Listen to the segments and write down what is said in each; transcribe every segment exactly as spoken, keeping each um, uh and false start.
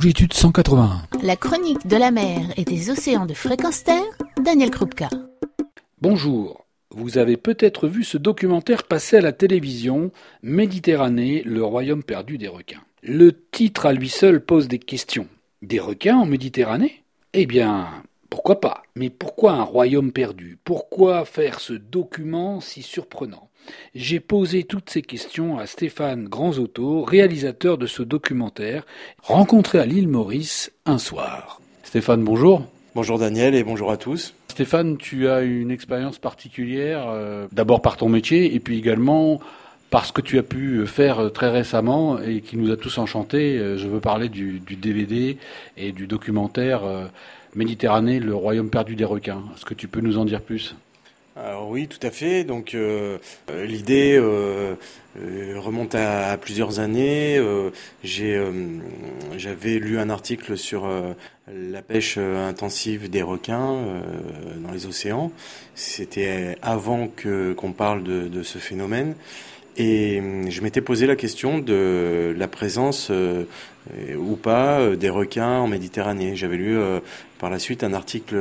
Longitude cent quatre-vingt-un. La chronique de la mer et des océans de fréquence terre, Daniel Krupka. Bonjour, vous avez peut-être vu ce documentaire passer à la télévision, Méditerranée, le royaume perdu des requins. Le titre à lui seul pose des questions. Des requins en Méditerranée ? Eh bien, pourquoi pas ? Mais pourquoi un royaume perdu ? Pourquoi faire ce document si surprenant ? J'ai posé toutes ces questions à Stéphane Granzotto, réalisateur de ce documentaire, rencontré à l'île Maurice un soir. Stéphane, bonjour. Bonjour Daniel et bonjour à tous. Stéphane, tu as une expérience particulière, euh, d'abord par ton métier et puis également par ce que tu as pu faire très récemment et qui nous a tous enchantés. Je veux parler du, du D V D et du documentaire euh, Méditerranée, le royaume perdu des requins. Est-ce que tu peux nous en dire plus ? Alors oui, tout à fait. Donc euh, l'idée euh, euh, remonte à, à plusieurs années. Euh, j'ai, euh, j'avais lu un article sur euh, la pêche intensive des requins euh, dans les océans. C'était avant que qu'on parle de, de ce phénomène. Et je m'étais posé la question de la présence euh, ou pas euh, des requins en Méditerranée. J'avais lu euh, par la suite un article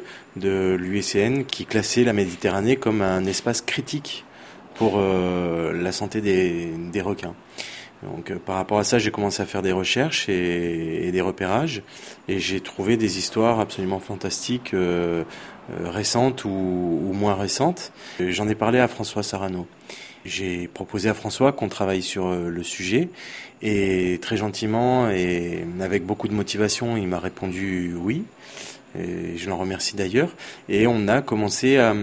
de l'U I C N qui classait la Méditerranée comme un espace critique pour euh, la santé des, des requins. Donc euh, par rapport à ça, j'ai commencé à faire des recherches et, et des repérages, et j'ai trouvé des histoires absolument fantastiques, euh, euh, récentes ou, ou moins récentes. J'en ai parlé à François Sarano. J'ai proposé à François qu'on travaille sur le sujet, et très gentiment et avec beaucoup de motivation, il m'a répondu oui. Et je l'en remercie d'ailleurs. Et on a commencé à,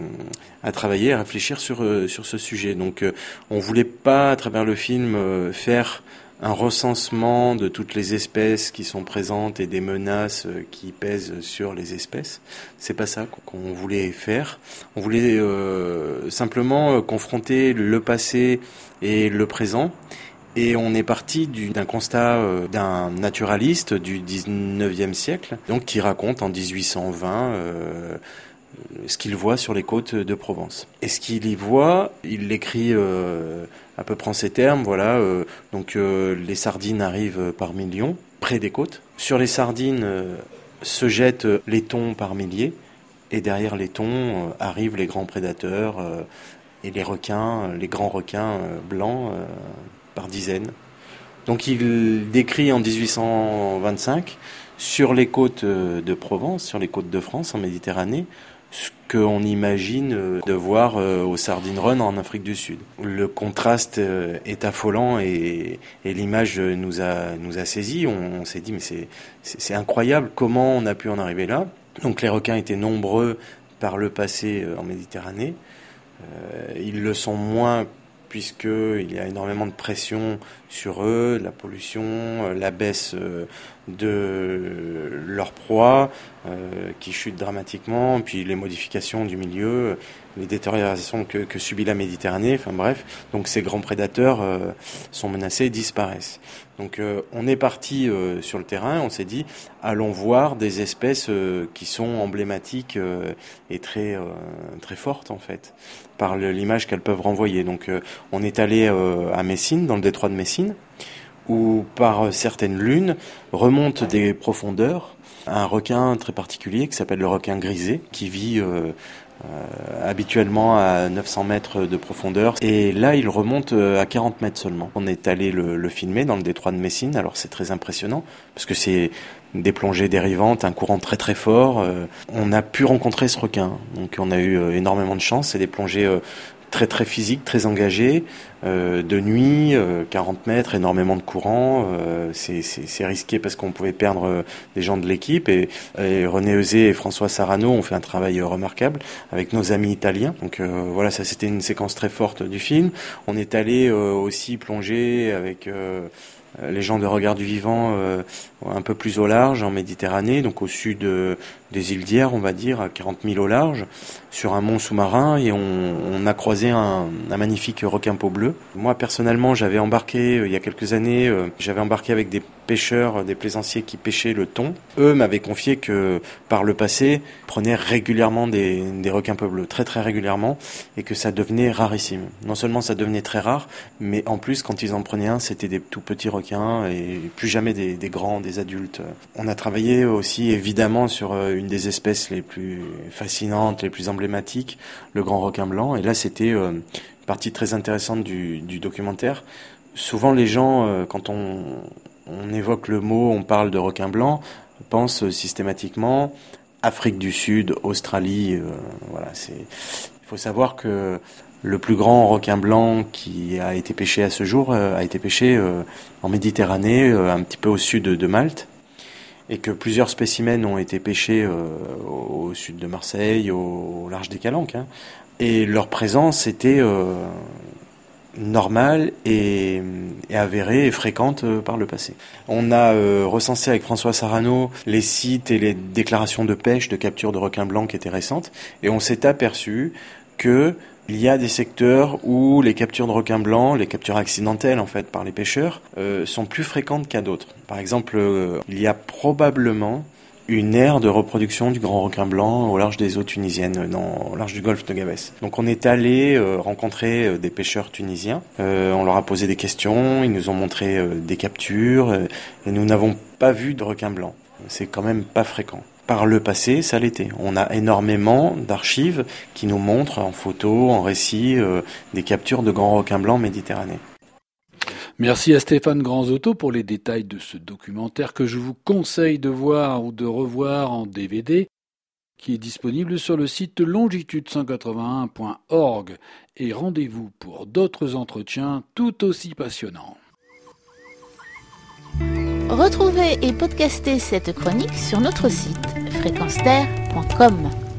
à travailler, à réfléchir sur, sur ce sujet. Donc on voulait pas, à travers le film, faire un recensement de toutes les espèces qui sont présentes et des menaces qui pèsent sur les espèces. C'est pas ça qu'on voulait faire. On voulait euh, simplement confronter le passé et le présent. Et on est parti du, d'un constat euh, d'un naturaliste du dix-neuvième siècle, donc qui raconte en dix-huit cent vingt euh, ce qu'il voit sur les côtes de Provence. Et ce qu'il y voit, il l'écrit euh, à peu près en ces termes, voilà, euh, donc euh, les sardines arrivent par millions près des côtes. Sur les sardines euh, se jettent les thons par milliers, et derrière les thons euh, arrivent les grands prédateurs euh, et les requins, les grands requins euh, blancs euh, par dizaines. Donc il décrit en dix-huit cent vingt-cinq sur les côtes de Provence, sur les côtes de France en Méditerranée, ce qu'on imagine de voir aux Sardines Run en Afrique du Sud. Le contraste est affolant et, et l'image nous a, nous a saisis. On, on s'est dit mais c'est, c'est, c'est incroyable comment on a pu en arriver là. Donc les requins étaient nombreux par le passé en Méditerranée. Euh, ils le sont moins puisqu'il y a énormément de pression sur eux, la pollution, la baisse de leur proie euh, qui chute dramatiquement, puis les modifications du milieu, les détériorations que, que subit la Méditerranée, enfin bref, donc ces grands prédateurs euh, sont menacés et disparaissent. Donc euh, on est parti euh, sur le terrain, on s'est dit allons voir des espèces euh, qui sont emblématiques euh, et très euh, très fortes en fait par le, l'image qu'elles peuvent renvoyer. Donc euh, on est allé euh, à Messine, dans le détroit de Messine, où par certaines lunes remontent des profondeurs un requin très particulier qui s'appelle le requin grisé, qui vit euh, Euh, habituellement à neuf cents mètres de profondeur, et là il remonte à quarante mètres seulement. On est allé le, le filmer dans le détroit de Messine. Alors c'est très impressionnant parce que c'est des plongées dérivantes, un courant très très fort. Euh, on a pu rencontrer ce requin, donc on a eu euh, énormément de chance. C'est des plongées euh, très très physiques, très engagées, euh, de nuit, euh, quarante mètres, énormément de courant. Euh, c'est, c'est, c'est risqué parce qu'on pouvait perdre euh, des gens de l'équipe, et, et René Euzet et François Sarano ont fait un travail euh, remarquable avec nos amis italiens. Donc euh, voilà, ça c'était une séquence très forte du film. On est allé euh, aussi plonger avec euh, les gens de Regard du Vivant euh, un peu plus au large en Méditerranée, donc au sud euh, des îles d'Hyères, on va dire, à quarante milles au large, sur un mont sous-marin, et on, on a croisé un, un magnifique requin peau bleue. Moi personnellement, j'avais embarqué euh, il y a quelques années, euh, j'avais embarqué avec des pêcheurs, des plaisanciers qui pêchaient le thon, eux m'avaient confié que par le passé, ils prenaient régulièrement des, des requins peu bleus, très très régulièrement, et que ça devenait rarissime. Non seulement ça devenait très rare, mais en plus quand ils en prenaient un, c'était des tout petits requins et plus jamais des, des grands, des adultes. On a travaillé aussi évidemment sur une des espèces les plus fascinantes, les plus emblématiques, le grand requin blanc, et là c'était une partie très intéressante du, du documentaire. Souvent les gens, quand on On évoque le mot, on parle de requin blanc, on pense systématiquement Afrique du Sud, Australie. Euh, voilà, c'est. Il faut savoir que le plus grand requin blanc qui a été pêché à ce jour euh, a été pêché euh, en Méditerranée, euh, un petit peu au sud de Malte, et que plusieurs spécimens ont été pêchés euh, au sud de Marseille, au, au large des Calanques, hein, et leur présence était euh, normale et, et avérée et fréquente euh, par le passé. On a euh, recensé avec François Sarano les sites et les déclarations de pêche, de capture de requins blancs qui étaient récentes, et on s'est aperçu que il y a des secteurs où les captures de requins blancs, les captures accidentelles en fait par les pêcheurs, euh, sont plus fréquentes qu'à d'autres. Par exemple, euh, il y a probablement une aire de reproduction du grand requin blanc au large des eaux tunisiennes, dans, au large du golfe de Gabès. Donc on est allé euh, rencontrer euh, des pêcheurs tunisiens, euh, on leur a posé des questions, ils nous ont montré euh, des captures, euh, et nous n'avons pas vu de requin blanc. C'est quand même pas fréquent. Par le passé, ça l'était. On a énormément d'archives qui nous montrent en photo, en récit, euh, des captures de grands requins blancs méditerranéens. Merci à Stéphane Granzotto pour les détails de ce documentaire que je vous conseille de voir ou de revoir en D V D, qui est disponible sur le site longitude cent quatre-vingt-un point org. Et rendez-vous pour d'autres entretiens tout aussi passionnants. Retrouvez et podcastez cette chronique sur notre site fréquence terre point com.